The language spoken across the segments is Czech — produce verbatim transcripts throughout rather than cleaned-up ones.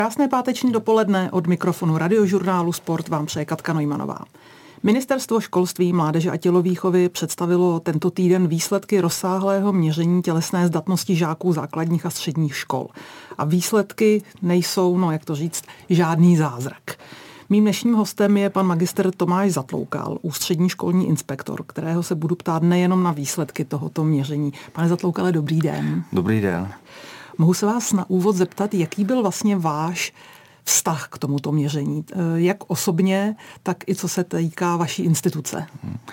Krásné páteční dopoledne od mikrofonu Radiožurnálu Sport vám přeje Katka Neumannová. Ministerstvo školství, mládeže a tělovýchovy představilo tento týden výsledky rozsáhlého měření tělesné zdatnosti žáků základních a středních škol. A výsledky nejsou, no jak to říct, žádný zázrak. Mým dnešním hostem je pan magister Tomáš Zatloukal, ústřední školní inspektor, kterého se budu ptát nejenom na výsledky tohoto měření. Pane Zatloukale, dobrý den. Dobrý den. Mohu se vás na úvod zeptat, jaký byl vlastně váš vztah k tomuto měření? Jak osobně, tak i co se týká vaší instituce?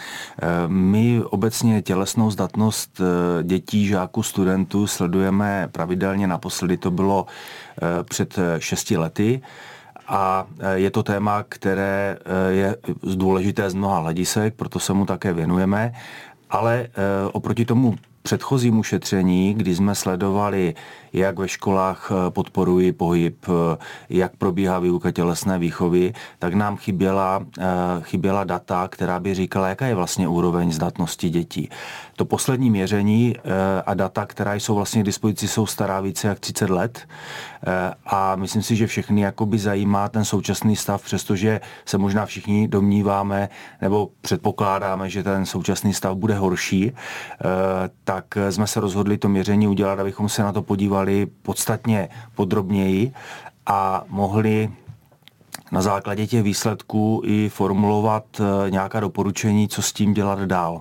My obecně tělesnou zdatnost dětí, žáků, studentů sledujeme pravidelně. Naposledy to bylo před šesti lety. A je to téma, které je důležité z mnoha hledisek, proto se mu také věnujeme. Ale oproti tomu předchozímu šetření, kdy jsme sledovali, jak ve školách podporují pohyb, jak probíhá výuka tělesné výchovy, tak nám chyběla, chyběla data, která by říkala, jaká je vlastně úroveň zdatnosti dětí. To poslední měření a data, která jsou vlastně k dispozici, jsou stará více jak třicet let a myslím si, že všechny jakoby zajímá ten současný stav, přestože se možná všichni domníváme nebo předpokládáme, že ten současný stav bude horší, tak jsme se rozhodli to měření udělat, abychom se na to podívali podstatně podrobněji a mohli na základě těch výsledků i formulovat nějaká doporučení, co s tím dělat dál.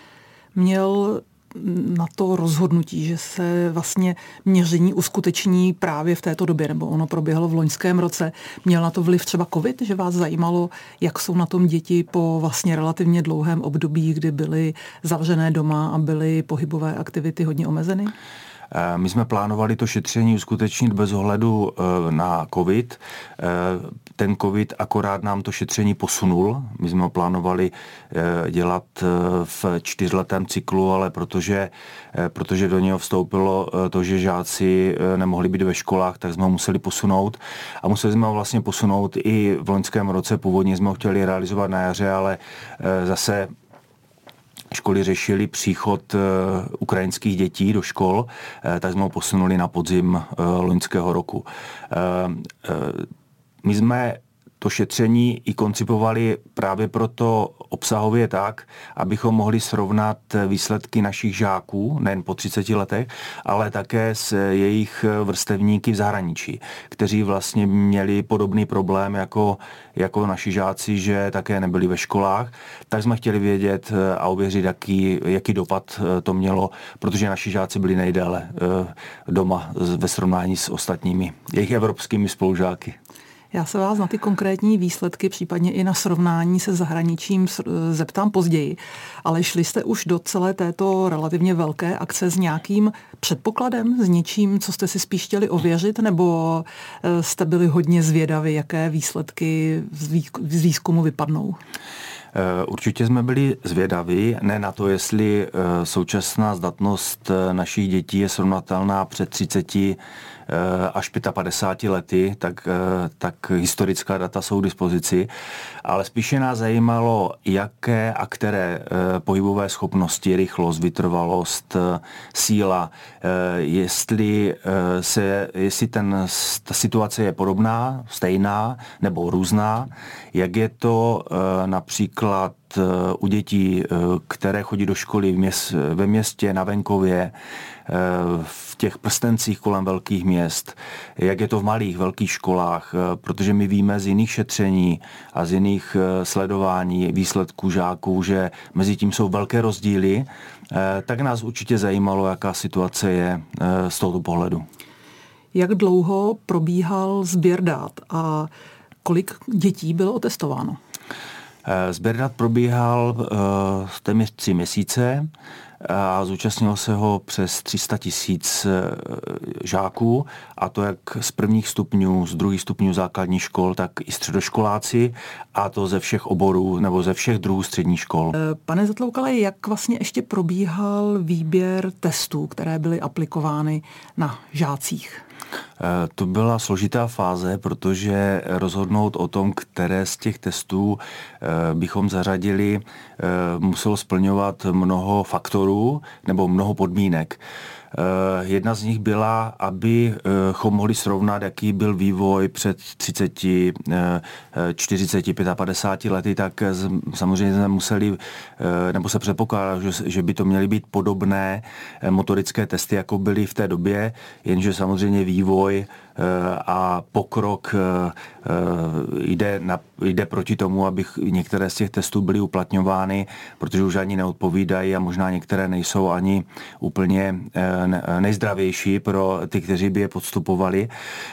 Měl na to rozhodnutí, že se vlastně měření uskuteční právě v této době, nebo ono proběhlo v loňském roce. Měl na to vliv třeba covid, že vás zajímalo, jak jsou na tom děti po vlastně relativně dlouhém období, kdy byly zavřené doma a byly pohybové aktivity hodně omezeny? My jsme plánovali to šetření uskutečnit bez ohledu na covid. Ten covid akorát nám to šetření posunul. My jsme ho plánovali dělat v čtyřletém cyklu, ale protože, protože do něho vstoupilo to, že žáci nemohli být ve školách, tak jsme ho museli posunout. A museli jsme ho vlastně posunout i v loňském roce. Původně jsme ho chtěli realizovat na jaře, ale zase školy řešily příchod uh, ukrajinských dětí do škol, uh, tak jsme ho posunuli na podzim uh, loňského roku. Uh, uh, my jsme to šetření i koncipovali právě proto obsahově tak, abychom mohli srovnat výsledky našich žáků, nejen po třiceti letech, ale také s jejich vrstevníky v zahraničí, kteří vlastně měli podobný problém jako, jako naši žáci, že také nebyli ve školách. Tak jsme chtěli vědět a ověřit, jaký, jaký dopad to mělo, protože naši žáci byli nejdéle doma ve srovnání s ostatními jejich evropskými spolužáky. Já se vás na ty konkrétní výsledky, případně i na srovnání se zahraničím zeptám později, ale šli jste už do celé této relativně velké akce s nějakým předpokladem, s něčím, co jste si spíš chtěli ověřit, nebo jste byli hodně zvědaví, jaké výsledky z výzkumu vypadnou? Určitě jsme byli zvědaví, ne na to, jestli současná zdatnost našich dětí je srovnatelná před třiceti až padesát lety, tak, tak historická data jsou k dispozici, ale spíše nás zajímalo, jaké a které pohybové schopnosti, rychlost, vytrvalost, síla, jestli, se, jestli ten, ta situace je podobná, stejná nebo různá, jak je to například u dětí, které chodí do školy v měst, ve městě, na venkově, v těch prstencích kolem velkých měst, jak je to v malých, velkých školách, protože my víme z jiných šetření a z jiných sledování výsledků žáků, že mezi tím jsou velké rozdíly, tak nás určitě zajímalo, jaká situace je z tohoto pohledu. Jak dlouho probíhal sběr dat a kolik dětí bylo otestováno? Sběr dat probíhal uh, téměř tři měsíce a zúčastnilo se ho přes tři sta tisíc žáků, a to jak z prvních stupňů, z druhých stupňů základních škol, tak i středoškoláci, a to ze všech oborů nebo ze všech druhů středních škol. Pane Zatloukale, jak vlastně ještě probíhal výběr testů, které byly aplikovány na žácích? To byla složitá fáze, protože rozhodnout o tom, které z těch testů bychom zařadili, muselo splňovat mnoho faktorů nebo mnoho podmínek. Jedna z nich byla, abychom mohli srovnat, jaký byl vývoj před třiceti, čtyřiceti, padesát lety, tak samozřejmě jsme museli, nebo se předpokládalo, že, že by to měly být podobné motorické testy, jako byly v té době, jenže samozřejmě vývoj a pokrok jde, na, jde proti tomu, aby některé z těch testů byly uplatňovány, protože už ani neodpovídají a možná některé nejsou ani úplně nejzdravější pro ty, kteří by je podstupovali,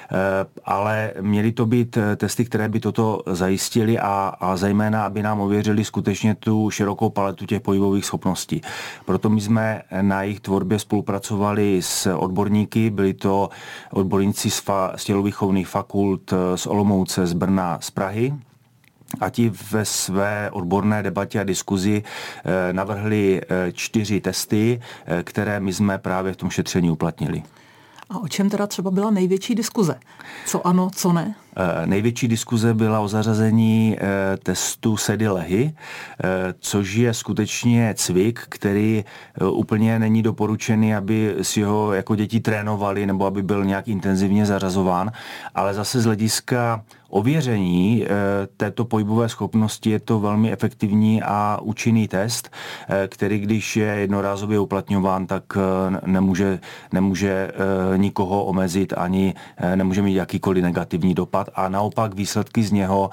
ale měly to být testy, které by toto zajistily a, a zejména, aby nám ověřili skutečně tu širokou paletu těch pohybových schopností. Proto my jsme na jejich tvorbě spolupracovali s odborníky, byli to odborníci z, fa, z tělovýchovných fakult z Olomouce, z Brna, z Prahy. A ti ve své odborné debatě a diskuzi navrhli čtyři testy, které my jsme právě v tom šetření uplatnili. A o čem teda třeba byla největší diskuze? Co ano, co ne? Největší diskuze byla o zařazení testu sedy-lehy, což je skutečně cvik, který úplně není doporučený, aby si ho jako děti trénovali nebo aby byl nějak intenzivně zařazován, ale zase z hlediska ověření této pohybové schopnosti je to velmi efektivní a účinný test, který když je jednorázově uplatňován, tak nemůže, nemůže nikoho omezit ani nemůže mít jakýkoliv negativní dopad a naopak výsledky z něho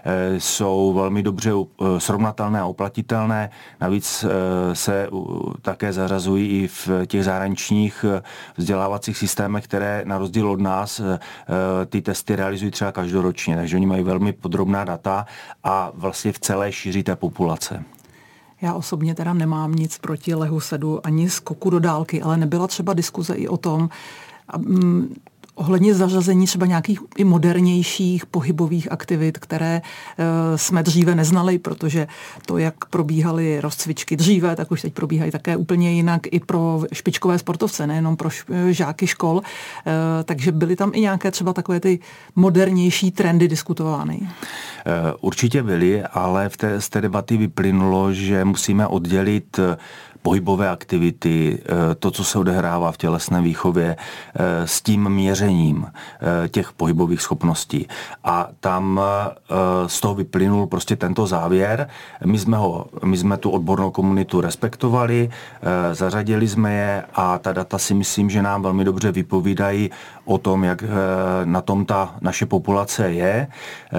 jsou velmi dobře srovnatelné a uplatitelné. Navíc se také zařazují i v těch zahraničních vzdělávacích systémech, které na rozdíl od nás ty testy realizují třeba každoročně. Takže oni mají velmi podrobná data a vlastně v celé šíři té populace. Já osobně teda nemám nic proti lehu sedu ani skoku do dálky, ale nebyla třeba diskuze i o tom, um, ohledně zařazení třeba nějakých i modernějších pohybových aktivit, které e, jsme dříve neznali, protože to, jak probíhaly rozcvičky dříve, tak už teď probíhají také úplně jinak i pro špičkové sportovce, nejenom pro š- žáky škol. E, takže byly tam i nějaké třeba takové ty modernější trendy diskutovány? E, určitě byly, ale v té, z té debaty vyplynulo, že musíme oddělit pohybové aktivity, to, co se odehrává v tělesné výchově, s tím měřením těch pohybových schopností. A tam z toho vyplynul prostě tento závěr. My jsme, ho, my jsme tu odbornou komunitu respektovali, zařadili jsme je a ta data si myslím, že nám velmi dobře vypovídají o tom, jak na tom ta naše populace je.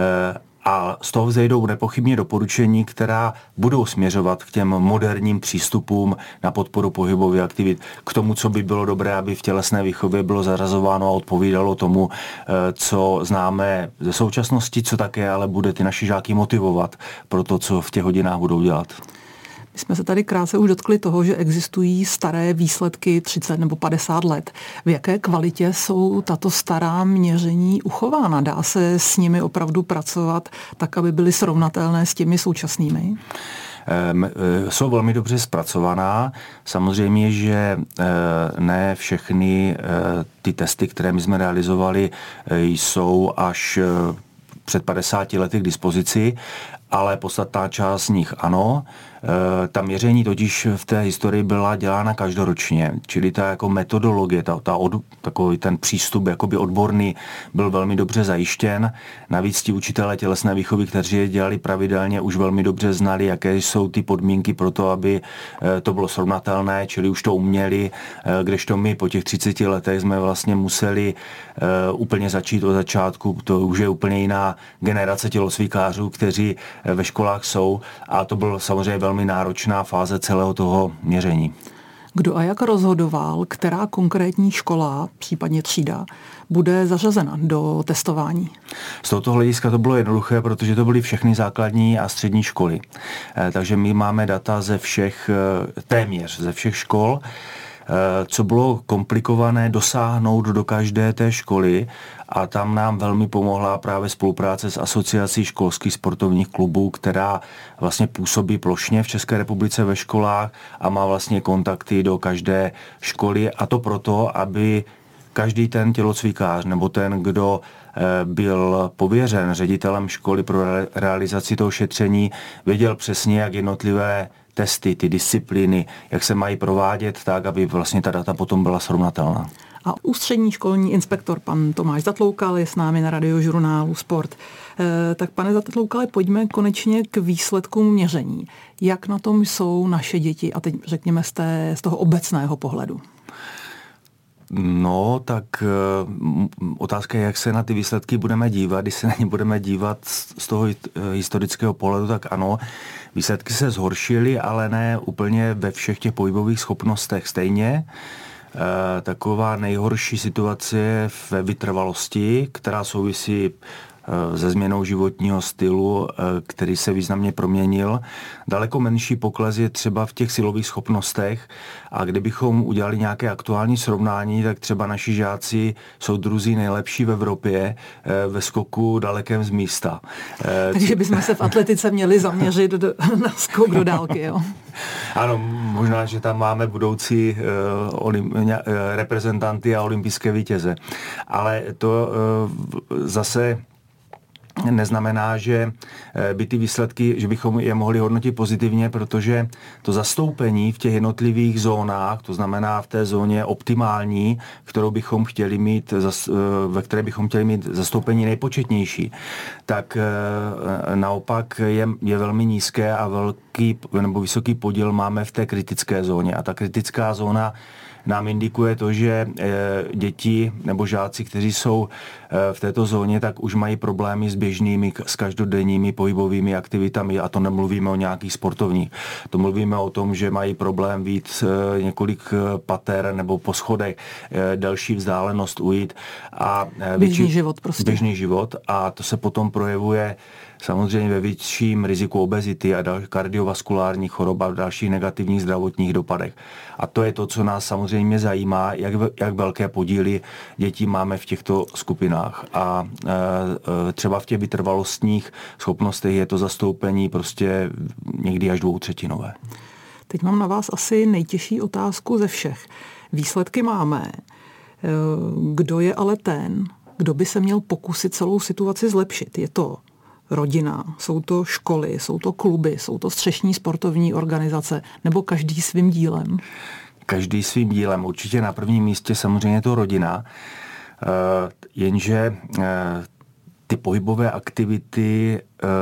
A z toho vzejdou nepochybně doporučení, která budou směřovat k těm moderním přístupům na podporu pohybových aktivit, k tomu, co by bylo dobré, aby v tělesné výchově bylo zařazováno a odpovídalo tomu, co známe ze současnosti, co také ale bude ty naše žáky motivovat pro to, co v těch hodinách budou dělat. My jsme se tady krátce už dotkli toho, že existují staré výsledky třicet nebo padesát let. V jaké kvalitě jsou tato stará měření uchována? Dá se s nimi opravdu pracovat tak, aby byly srovnatelné s těmi současnými? Jsou velmi dobře zpracovaná. Samozřejmě, že ne všechny ty testy, které my jsme realizovali, jsou až před padesáti lety k dispozici, ale podstatná část z nich ano. E, ta měření totiž v té historii byla dělána každoročně, čili ta jako metodologie, ta, ta od, takový ten přístup jakoby odborný byl velmi dobře zajištěn. Navíc ti učitelé tělesné výchovy, kteří je dělali pravidelně, už velmi dobře znali, jaké jsou ty podmínky pro to, aby e, to bylo srovnatelné, čili už to uměli, e, kdežto my po těch třiceti letech jsme vlastně museli e, úplně začít od začátku, to už je úplně jiná generace tělocvikářů, kteří ve školách jsou a to byl samozřejmě velmi náročná fáze celého toho měření. Kdo a jak rozhodoval, která konkrétní škola, případně třída, bude zařazena do testování? Z tohoto hlediska to bylo jednoduché, protože to byly všechny základní a střední školy. Takže my máme data ze všech, téměř ze všech škol. Co bylo komplikované dosáhnout do každé té školy a tam nám velmi pomohla právě spolupráce s Asociací školských sportovních klubů, která vlastně působí plošně v České republice ve školách a má vlastně kontakty do každé školy a to proto, aby každý ten tělocvikář nebo ten, kdo byl pověřen ředitelem školy pro realizaci toho šetření, věděl přesně, jak jednotlivé testy, ty disciplíny, jak se mají provádět tak, aby vlastně ta data potom byla srovnatelná. A ústřední školní inspektor, pan Tomáš Zatloukal, je s námi na Radiožurnálu Sport. E, tak pane Zatloukale, pojďme konečně k výsledkům měření. Jak na tom jsou naše děti, a teď řekněme z, té, z toho obecného pohledu? No, tak uh, otázka je, jak se na ty výsledky budeme dívat. Když se na ně budeme dívat z toho historického pohledu, tak ano, výsledky se zhoršily, ale ne úplně ve všech těch pohybových schopnostech stejně. Uh, taková nejhorší situace je ve vytrvalosti, která souvisí se změnou životního stylu, který se významně proměnil. Daleko menší pokles je třeba v těch silových schopnostech a kdybychom udělali nějaké aktuální srovnání, tak třeba naši žáci jsou druzí nejlepší v Evropě ve skoku dalekém z místa. Takže bychom se v atletice měli zaměřit do, na skok do dálky, jo? Ano, možná, že tam máme budoucí uh, olim, uh, reprezentanty a olympijské vítěze. Ale to uh, zase neznamená, že by ty výsledky, že bychom je mohli hodnotit pozitivně, protože to zastoupení v těch jednotlivých zónách, to znamená v té zóně optimální, kterou bychom chtěli mít, ve které bychom chtěli mít zastoupení nejpočetnější, tak naopak je, je velmi nízké a velký nebo vysoký podíl máme v té kritické zóně. A ta kritická zóna nám indikuje to, že děti nebo žáci, kteří jsou v této zóně, tak už mají problémy s běžnými, s každodenními pohybovými aktivitami a to nemluvíme o nějakých sportovních. To mluvíme o tom, že mají problém vyjít několik pater nebo po schodech, delší vzdálenost ujít. A běžný větší, život prostě. Běžný život a to se potom projevuje samozřejmě ve větším riziku obezity a dal, kardiovaskulárních chorob a dalších negativních zdravotních dopadech. A to je to, co nás samozřejmě zajímá, jak, jak velké podíly dětí máme v těchto skupinách. A e, třeba v těch vytrvalostních schopnostech je to zastoupení prostě někdy až dvoutřetinové. Teď mám na vás asi nejtěžší otázku ze všech. Výsledky máme. Kdo je ale ten, kdo by se měl pokusit celou situaci zlepšit? Je to rodina, jsou to školy, jsou to kluby, jsou to střešní sportovní organizace, nebo každý svým dílem? Každý svým dílem. Určitě na prvním místě samozřejmě to rodina, jenže ty pohybové aktivity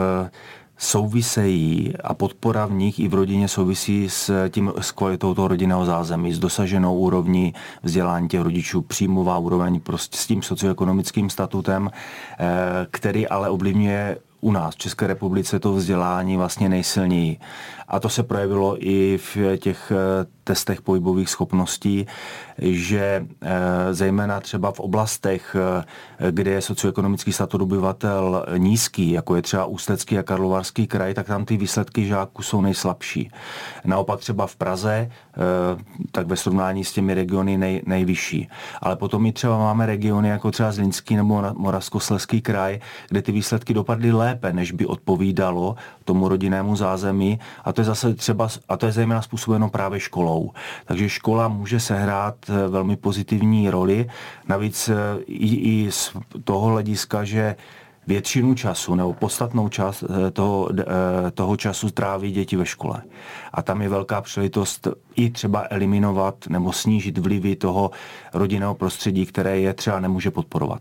souvisejí a podpora v nich i v rodině souvisí s tím, s kvalitou toho rodinného zázemí, s dosaženou úrovní vzdělání těch rodičů, příjmová úroveň, prostě s tím socioekonomickým statutem, který ale ovlivňuje u nás v České republice to vzdělání vlastně nejsilněji. A to se projevilo i v těch testech pohybových schopností, že zejména třeba v oblastech, kde je socioekonomický statut obyvatel nízký, jako je třeba Ústecký a Karlovarský kraj, tak tam ty výsledky žáků jsou nejslabší. Naopak třeba v Praze, tak ve srovnání s těmi regiony nej, nejvyšší. Ale potom i třeba máme regiony jako třeba Zlínský nebo Moravskoslezský kraj, kde ty výsledky dopadly lépe, než by odpovídalo tomu rodinnému zázemí. A to je zase třeba, a to je zejména způsobeno právě školou. Takže škola může sehrát velmi pozitivní roli. Navíc i, i z toho hlediska, že většinu času nebo podstatnou část toho, toho času tráví děti ve škole. A tam je velká příležitost i třeba eliminovat nebo snížit vlivy toho rodinného prostředí, které je třeba nemůže podporovat.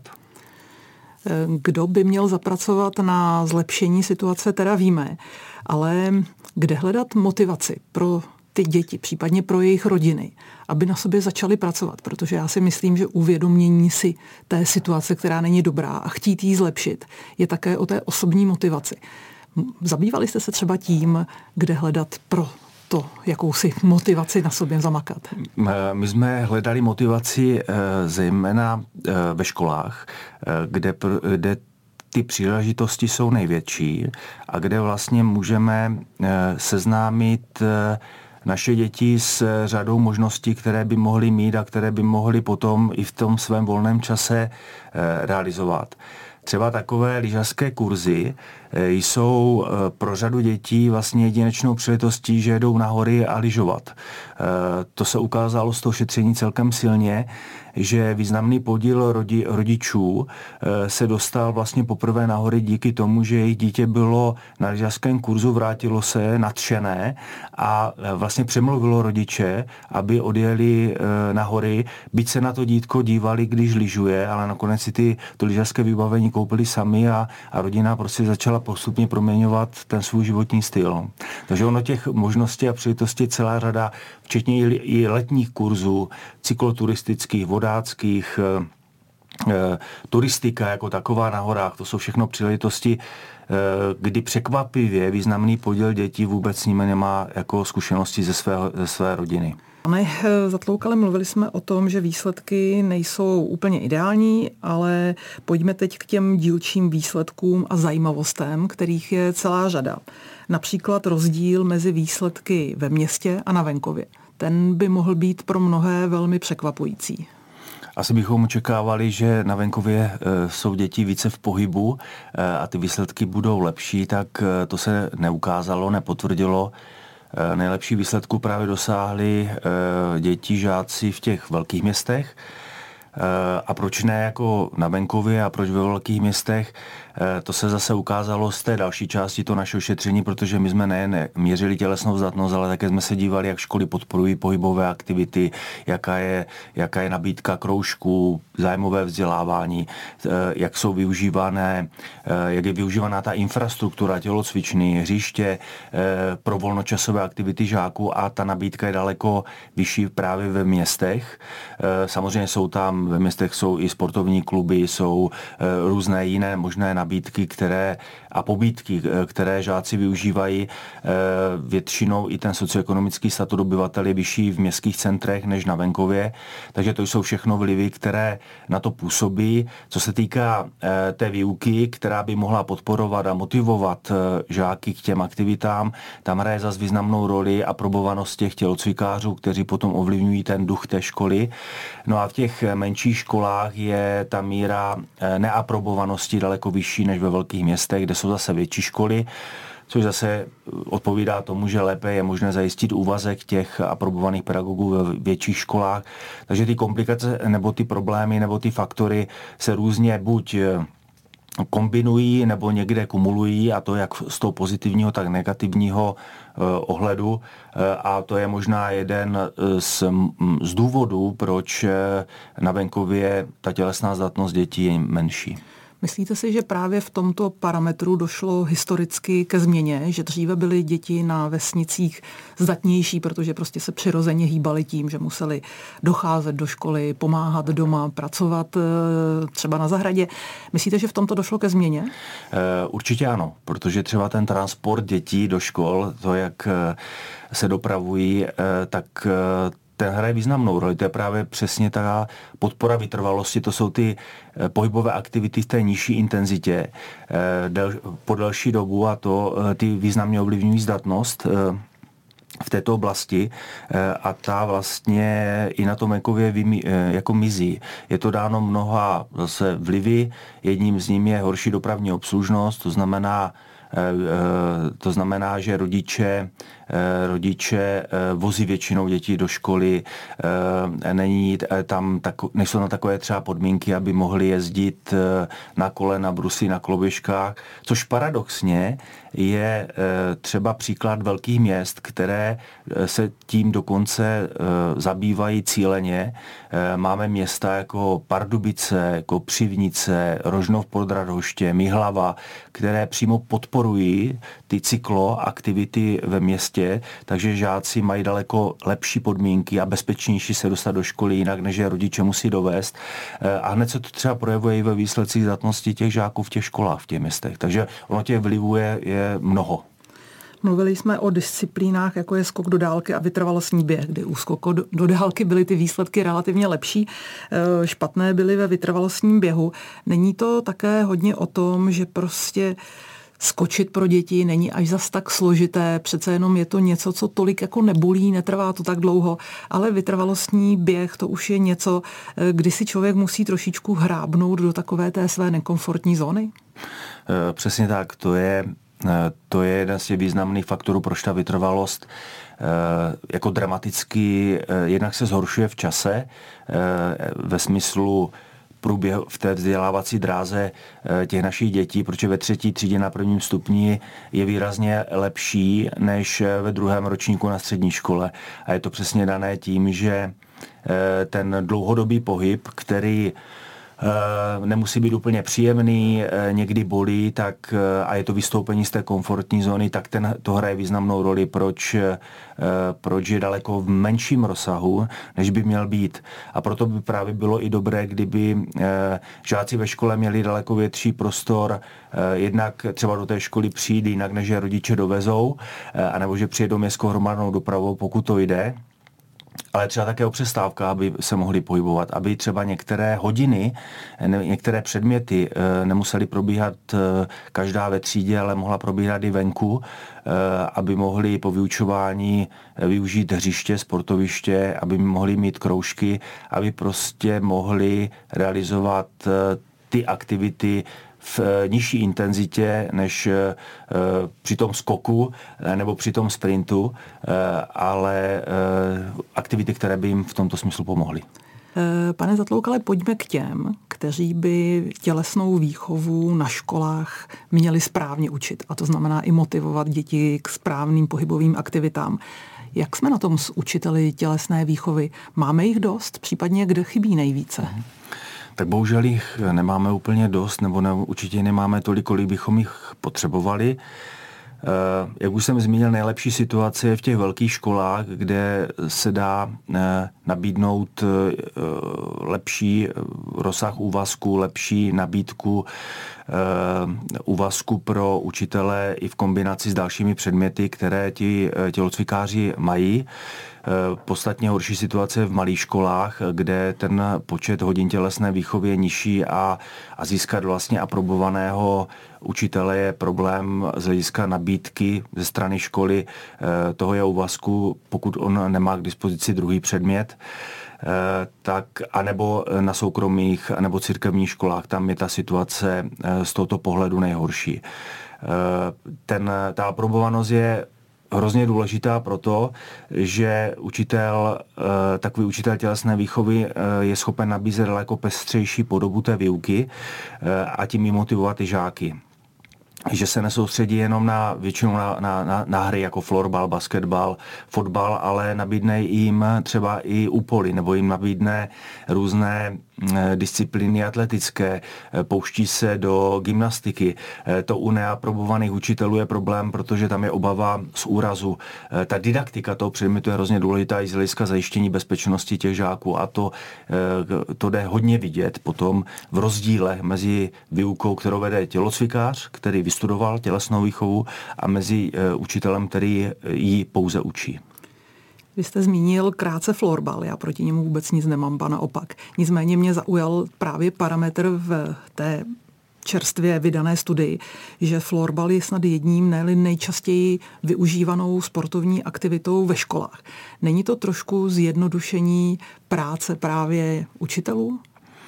Kdo by měl zapracovat na zlepšení situace, teda víme. Ale kde hledat motivaci pro ty děti, případně pro jejich rodiny, aby na sobě začali pracovat, protože já si myslím, že uvědomění si té situace, která není dobrá a chtít ji zlepšit, je také o té osobní motivaci. Zabývali jste se třeba tím, kde hledat pro to jakousi motivaci na sobě zamakat? My jsme hledali motivaci zejména ve školách, kde, kde ty příležitosti jsou největší a kde vlastně můžeme seznámit naše děti s řadou možností, které by mohly mít a které by mohly potom i v tom svém volném čase realizovat. Třeba takové lyžařské kurzy jsou pro řadu dětí vlastně jedinečnou příležitostí, že jedou na hory a lyžovat. To se ukázalo z toho šetření celkem silně, že významný podíl rodi, rodičů se dostal vlastně poprvé na hory díky tomu, že jejich dítě bylo na lyžařském kurzu, vrátilo se nadšené a vlastně přemluvilo rodiče, aby odjeli na hory, byť se na to dítko dívali, když lyžuje, ale nakonec si ty, to lyžařské vybavení koupili sami a, a rodina prostě začala postupně proměňovat ten svůj životní styl. Takže ono těch možností a příležitostí celá řada, včetně i letních kurzů, cykloturistických, vodáckých, e, turistika jako taková na horách, to jsou všechno příležitosti, e, kdy překvapivě významný podíl dětí vůbec s nimi nemá jako zkušenosti ze své, ze své rodiny. Pane Zatloukale, mluvili jsme o tom, že výsledky nejsou úplně ideální, ale pojďme teď k těm dílčím výsledkům a zajímavostem, kterých je celá řada. Například rozdíl mezi výsledky ve městě a na venkově. Ten by mohl být pro mnohé velmi překvapující. Asi bychom očekávali, že na venkově jsou děti více v pohybu a ty výsledky budou lepší, tak to se neukázalo, nepotvrdilo. Nejlepší výsledku právě dosáhli děti, žáci v těch velkých městech. A proč ne jako na venkově a proč ve velkých městech? To se zase ukázalo z té další části toho našeho šetření, protože my jsme nejen měřili tělesnou zdatnost, ale také jsme se dívali, jak školy podporují pohybové aktivity, jaká je, jaká je nabídka kroužků, zájmové vzdělávání, jak jsou využívané, jak je využívaná ta infrastruktura, tělocvičny, hřiště pro volnočasové aktivity žáků a ta nabídka je daleko vyšší právě ve městech. Samozřejmě jsou tam, ve městech jsou i sportovní kluby, jsou různé jiné možné nabídky, které a pobídky, které žáci využívají. Většinou i ten socioekonomický statut obyvatel je vyšší v městských centrech než na venkově, takže to jsou všechno vlivy, které na to působí. Co se týká té výuky, která by mohla podporovat a motivovat žáky k těm aktivitám, tam hraje zas významnou roli aprobovanost těch tělocvikářů, kteří potom ovlivňují ten duch té školy. No a v těch menších školách je ta míra neaprobovanosti daleko vyšší než ve velkých městech, kde jsou zase větší školy, což zase odpovídá tomu, že lépe je možné zajistit úvazek těch aprobovaných pedagogů ve větších školách. Takže ty komplikace nebo ty problémy nebo ty faktory se různě buď kombinují nebo někde kumulují, a to jak z toho pozitivního, tak negativního eh, ohledu. Eh, a to je možná jeden z, z důvodů, proč na venkově ta tělesná zdatnost dětí je menší. Myslíte si, že právě v tomto parametru došlo historicky ke změně, že dříve byly děti na vesnicích zdatnější, protože prostě se přirozeně hýbali tím, že museli docházet do školy, pomáhat doma, pracovat třeba na zahradě. Myslíte, že v tomto došlo ke změně? Určitě ano, protože třeba ten transport dětí do škol, to, jak se dopravují, tak ten hraje významnou roli. To je právě přesně ta podpora vytrvalosti. To jsou ty pohybové aktivity v té nižší intenzitě del, po delší dobu a to ty významně ovlivňují zdatnost v této oblasti a ta vlastně i na tom venkově jako mizí. Je to dáno mnoha zase vlivy. Jedním z nich je horší dopravní obslužnost, to znamená To znamená, že rodiče, rodiče vozí většinou dětí do školy, není tam, nejsou na takové třeba podmínky, aby mohli jezdit na kole, na brusy, na koloběžkách, což paradoxně je třeba příklad velkých měst, které se tím dokonce zabývají cíleně. Máme města jako Pardubice, Kopřivnice, Rožnov pod Radhoštěm, Jihlava, které přímo podporují ty cykloaktivity ve městě, takže žáci mají daleko lepší podmínky a bezpečnější se dostat do školy jinak, než je rodiče musí dovést. A hned se to třeba projevuje i ve výsledcích zdatnosti těch žáků v těch školách v těch městech. Takže ono těch vlivů je, je mnoho. Mluvili jsme o disciplínách, jako je skok do dálky a vytrvalostní běh, kdy u skoku do dálky byly ty výsledky relativně lepší, špatné byly ve vytrvalostním běhu. Není to také hodně o tom, že prostě skočit pro děti není až zas tak složité, přece jenom je to něco, co tolik jako nebolí, netrvá to tak dlouho, ale vytrvalostní běh to už je něco, kdy si člověk musí trošičku hrábnout do takové té své nekomfortní zóny? Přesně tak, to je To je jeden z těch významných faktorů, proč ta vytrvalost jako dramaticky jednak se zhoršuje v čase ve smyslu průběh v té vzdělávací dráze těch našich dětí, protože ve třetí třídě na prvním stupni je výrazně lepší než ve druhém ročníku na střední škole. A je to přesně dané tím, že ten dlouhodobý pohyb, který nemusí být úplně příjemný, někdy bolí, tak, a je to vystoupení z té komfortní zóny, tak ten, to hraje významnou roli, proč, proč je daleko v menším rozsahu, než by měl být. A proto by právě bylo i dobré, kdyby žáci ve škole měli daleko větší prostor, jednak třeba do té školy přijít jinak, než je rodiče dovezou, anebo že přijedou městskou hromadnou dopravou, pokud to jde. Ale třeba také o přestávkách, aby se mohli pohybovat, aby třeba některé hodiny, některé předměty nemusely probíhat každá ve třídě, ale mohla probíhat i venku, aby mohli po vyučování využít hřiště, sportoviště, aby mohli mít kroužky, aby prostě mohli realizovat ty aktivity v nižší intenzitě než při tom skoku nebo při tom sprintu, ale aktivity, které by jim v tomto smyslu pomohly. Pane Zatloukale, pojďme k těm, kteří by tělesnou výchovu na školách měli správně učit. A to znamená i motivovat děti k správným pohybovým aktivitám. Jak jsme na tom s učiteli tělesné výchovy? Máme jich dost? Případně kde chybí nejvíce? Mhm. Tak bohužel jich nemáme úplně dost, nebo ne, určitě nemáme tolik, kolik bychom jich potřebovali. Jak už jsem zmínil, nejlepší situace je v těch velkých školách, kde se dá nabídnout lepší rozsah úvazku, lepší nabídku úvazku pro učitele i v kombinaci s dalšími předměty, které ti tělocvikáři mají. Podstatně horší situace v malých školách, kde ten počet hodin tělesné výchovy je nižší a, a získat vlastně aprobovaného učitele je problém z hlediska nabídky ze strany školy toho je úvazku, pokud on nemá k dispozici druhý předmět. Tak, anebo na soukromých nebo církevních školách, tam je ta situace z tohoto pohledu nejhorší. Ten, ta aprobovanost je hrozně důležitá proto, že učitel, takový učitel tělesné výchovy je schopen nabízet daleko pestřejší podobu té výuky a tím i motivovat i žáky. Že se nesoustředí jenom na většinou na, na, na, na hry jako florbal, basketbal, fotbal, ale nabídne jim třeba i úpoly, nebo jim nabídne různé disciplíny atletické, pouští se do gymnastiky. To u neaprobovaných učitelů je problém, protože tam je obava z úrazu. Ta didaktika toho předmětu je hrozně důležitá i z hlediska zajištění bezpečnosti těch žáků a to, to jde hodně vidět potom v rozdíle mezi výukou, kterou vede tělocvikář, který vystudoval tělesnou výchovu, a mezi učitelem, který ji pouze učí. Vy jste zmínil krátce florbal, já proti němu vůbec nic nemám, ba naopak. Nicméně mě zaujal právě parametr v té čerstvě vydané studii, že florbal je snad jedním, ne-li nejčastěji využívanou sportovní aktivitou ve školách. Není to trošku zjednodušení práce právě učitelů?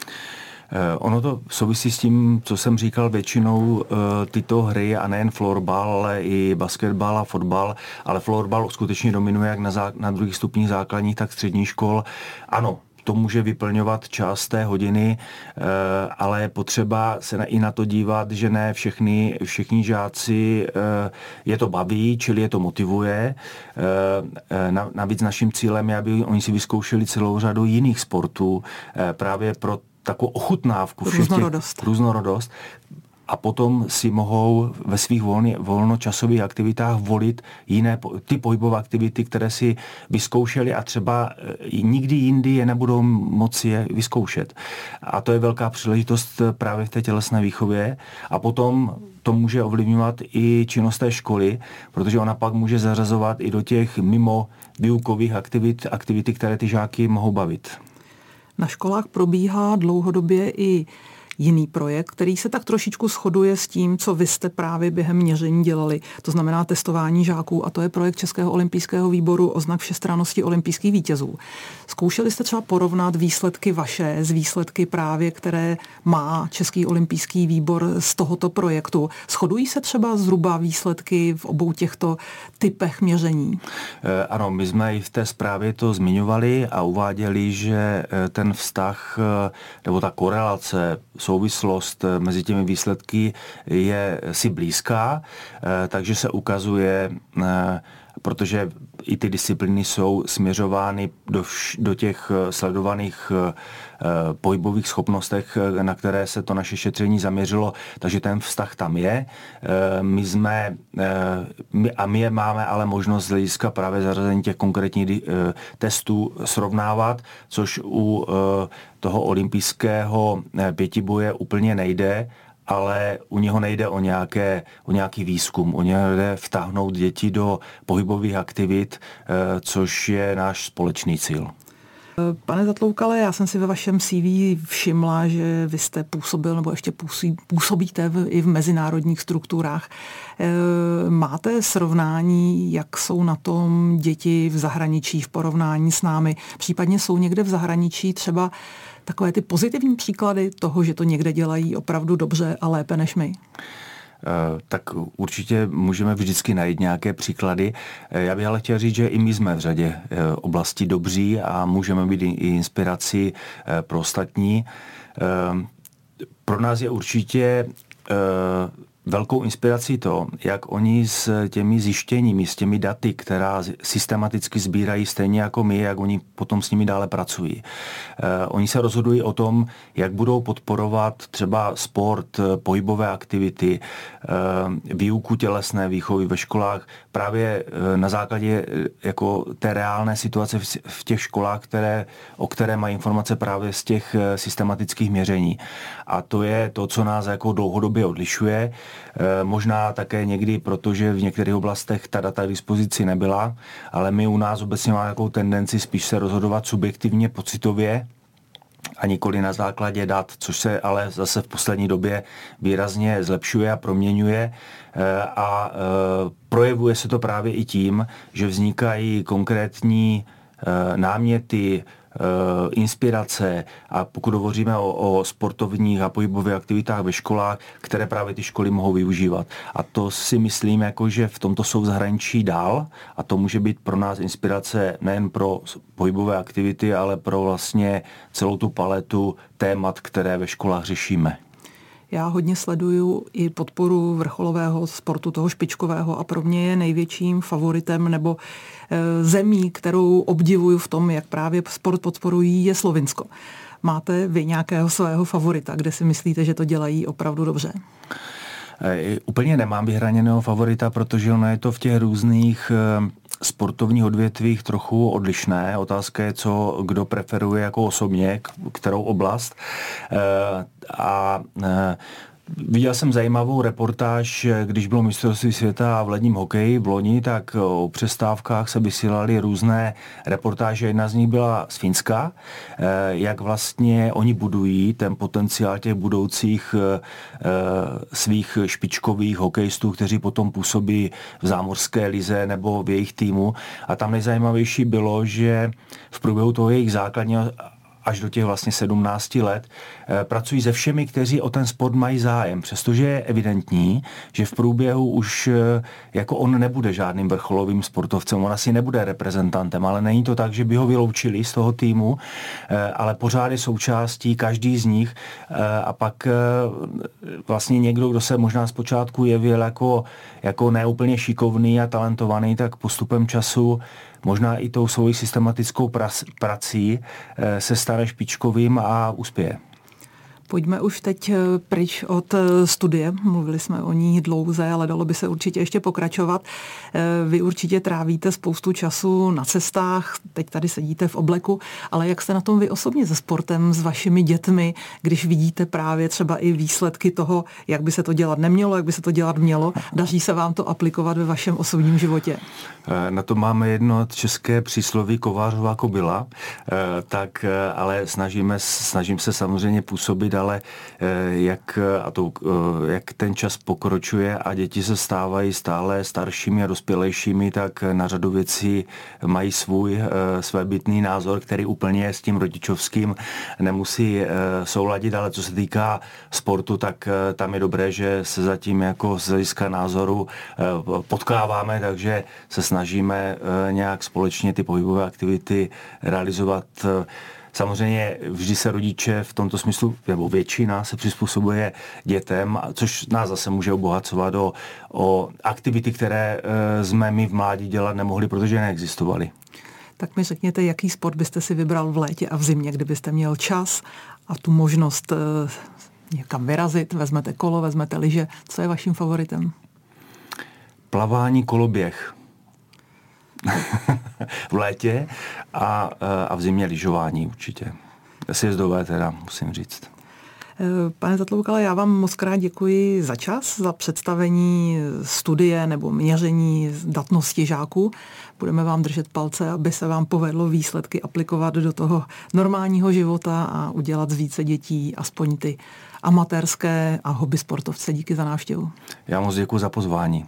Ono to souvisí s tím, co jsem říkal, většinou tyto hry, a nejen florbal, ale i basketbal a fotbal, ale florbal skutečně dominuje jak na, zá, na druhých stupních základních, tak středních škol. Ano, to může vyplňovat část té hodiny, ale je potřeba se i na to dívat, že ne všechny, všichni žáci je to baví, čili je to motivuje. Navíc naším cílem je, aby oni si vyzkoušeli celou řadu jiných sportů právě pro takovou ochutnávku všech různorodost. Těch, různorodost. A potom si mohou ve svých volně, volnočasových aktivitách volit jiné ty pohybové aktivity, které si vyzkoušeli a třeba nikdy jindy je nebudou moci je vyzkoušet. A to je velká příležitost právě v té tělesné výchově. A potom to může ovlivňovat i činnost té školy, protože ona pak může zařazovat i do těch mimo výukových aktivit, aktivity, které ty žáky mohou bavit. Na školách probíhá dlouhodobě i jiný projekt, který se tak trošičku shoduje s tím, co vy jste právě během měření dělali. To znamená testování žáků a to je projekt Českého olympijského výboru o znak všestrannosti olympijských vítězů. Zkoušeli jste třeba porovnat výsledky vaše s výsledky právě, které má Český olympijský výbor z tohoto projektu. Shodují se třeba zhruba výsledky v obou těchto typech měření? E, ano, my jsme i v té zprávě to zmiňovali a uváděli, že ten vztah nebo ta korelace, souvislost mezi těmi výsledky je si blízká, e, takže se ukazuje, e, protože i ty disciplíny jsou směřovány do, vš- do těch sledovaných e, pohybových schopnostech, na které se to naše šetření zaměřilo, takže ten vztah tam je. E, my jsme, e, my, a my je máme ale možnost z hlediska právě zařazení těch konkrétních e, testů srovnávat, což u e, toho olympijského pětiboje úplně nejde, ale u něho nejde o, nějaké, o nějaký výzkum, o něho jde vtáhnout děti do pohybových aktivit, což je náš společný cíl. Pane Zatloukale, já jsem si ve vašem C V všimla, že vy jste působil nebo ještě působíte v, i v mezinárodních strukturách. Máte srovnání, jak jsou na tom děti v zahraničí v porovnání s námi? Případně jsou někde v zahraničí třeba takové ty pozitivní příklady toho, že to někde dělají opravdu dobře a lépe než my? Tak určitě můžeme vždycky najít nějaké příklady. Já bych ale chtěl říct, že i my jsme v řadě oblastí dobří a můžeme být i inspirací pro ostatní. Pro nás je určitě velkou inspirací to, jak oni s těmi zjištěními, s těmi daty, která systematicky sbírají stejně jako my, jak oni potom s nimi dále pracují. Eh, oni se rozhodují o tom, jak budou podporovat třeba sport, pohybové aktivity, eh, výuku tělesné výchovy ve školách, právě eh, na základě eh, jako té reálné situace v, v těch školách, které, o které mají informace právě z těch eh, systematických měření. A to je to, co nás jako dlouhodobě odlišuje. Možná také někdy, protože v některých oblastech ta data k dispozici nebyla, ale my u nás obecně máme takovou tendenci spíš se rozhodovat subjektivně, pocitově a nikoli na základě dat, což se ale zase v poslední době výrazně zlepšuje a proměňuje a projevuje se to právě i tím, že vznikají konkrétní náměty, inspirace a pokud hovoříme o, o sportovních a pohybových aktivitách ve školách, které právě ty školy mohou využívat. A to si myslím, jako, že v tomto jsou v zahraničí dál a to může být pro nás inspirace nejen pro pohybové aktivity, ale pro vlastně celou tu paletu témat, které ve školách řešíme. Já hodně sleduju i podporu vrcholového sportu, toho špičkového a pro mě je největším favoritem nebo e, zemí, kterou obdivuju v tom, jak právě sport podporují, je Slovinsko. Máte vy nějakého svého favorita, kde si myslíte, že to dělají opravdu dobře? E, úplně nemám vyhraněného favorita, protože ono je to v těch různých e, sportovních odvětvích trochu odlišné. Otázka je, co kdo preferuje jako osobně, kterou oblast. E, a e, viděl jsem zajímavou reportáž, když bylo mistrovství světa v ledním hokeji v loni, tak o přestávkách se vysílaly různé reportáže. Jedna z nich byla z Finska, jak vlastně oni budují ten potenciál těch budoucích svých špičkových hokejistů, kteří potom působí v zámořské lize nebo v jejich týmu. A tam nejzajímavější bylo, že v průběhu toho jejich základního až do těch vlastně sedmnácti let, pracují se všemi, kteří o ten sport mají zájem, přestože je evidentní, že v průběhu už jako on nebude žádným vrcholovým sportovcem, on asi nebude reprezentantem, ale není to tak, že by ho vyloučili z toho týmu, ale pořád je součástí každý z nich a pak vlastně někdo, kdo se možná zpočátku jevil jako, jako neúplně šikovný a talentovaný, tak postupem času možná i tou svou systematickou prací se stane špičkovým a uspěje. Pojďme už teď pryč od studie. Mluvili jsme o ní dlouze, ale dalo by se určitě ještě pokračovat. Vy určitě trávíte spoustu času na cestách, teď tady sedíte v obleku, ale jak jste na tom vy osobně se sportem, s vašimi dětmi, když vidíte právě třeba i výsledky toho, jak by se to dělat nemělo, jak by se to dělat mělo, daří se vám to aplikovat ve vašem osobním životě? Na to máme jedno české přísloví kovářová kobila, tak ale snažíme, snažím se samozřejmě působit ale jak, a to, jak ten čas pokročuje a děti se stávají stále staršími a dospělejšími, tak na řadu věcí mají svůj svébytný názor, který úplně s tím rodičovským nemusí souladit, ale co se týká sportu, tak tam je dobré, že se zatím jako z hlediska názoru potkáváme, takže se snažíme nějak společně ty pohybové aktivity realizovat. Samozřejmě vždy se rodiče v tomto smyslu, nebo většina se přizpůsobuje dětem, což nás zase může obohacovat o, o aktivity, které jsme my v mládí dělat nemohli, protože neexistovaly. Tak mi řekněte, jaký sport byste si vybral v létě a v zimě, kdybyste měl čas a tu možnost někam vyrazit, vezmete kolo, vezmete lyže. Co je vaším favoritem? Plavání, koloběh. V létě a, a v zimě lyžování určitě. Sjezdové teda, musím říct. Pane Zatloukale, já vám moc krát děkuji za čas, za představení studie nebo měření datnosti žáků. Budeme vám držet palce, aby se vám povedlo výsledky aplikovat do toho normálního života a udělat z více dětí aspoň ty amatérské a hobby sportovce. Díky za návštěvu. Já moc děkuji za pozvání.